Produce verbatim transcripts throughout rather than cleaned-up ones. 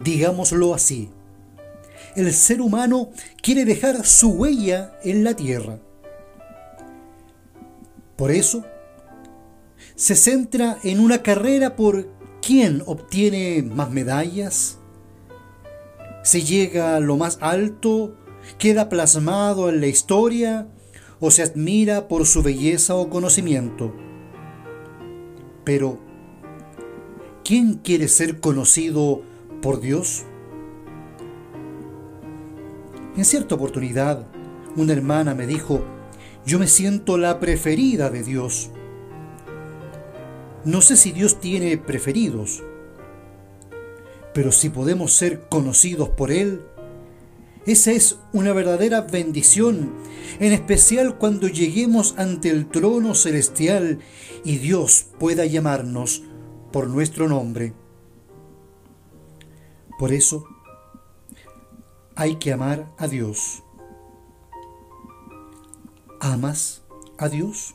digámoslo así. El ser humano quiere dejar su huella en la tierra. Por eso, se centra en una carrera por quién obtiene más medallas, se llega a lo más alto, queda plasmado en la historia o se admira por su belleza o conocimiento. Pero, ¿quién quiere ser conocido por Dios? En cierta oportunidad, una hermana me dijo: yo me siento la preferida de Dios. No sé si Dios tiene preferidos, pero si podemos ser conocidos por Él, esa es una verdadera bendición, en especial cuando lleguemos ante el trono celestial y Dios pueda llamarnos por nuestro nombre. Por eso, hay que amar a Dios. ¿Amas a Dios?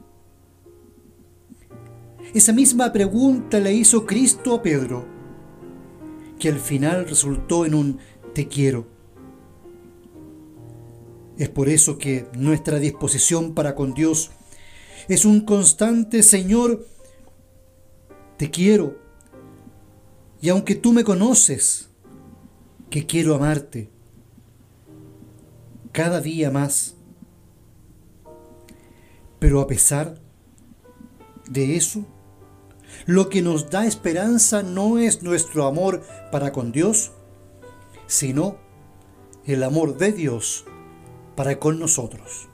Esa misma pregunta le hizo Cristo a Pedro, que al final resultó en un te quiero. Es por eso que nuestra disposición para con Dios es un constante Señor, te quiero, y aunque tú me conoces, que quiero amarte cada día más. Pero a pesar de eso, lo que nos da esperanza no es nuestro amor para con Dios, sino el amor de Dios para con nosotros.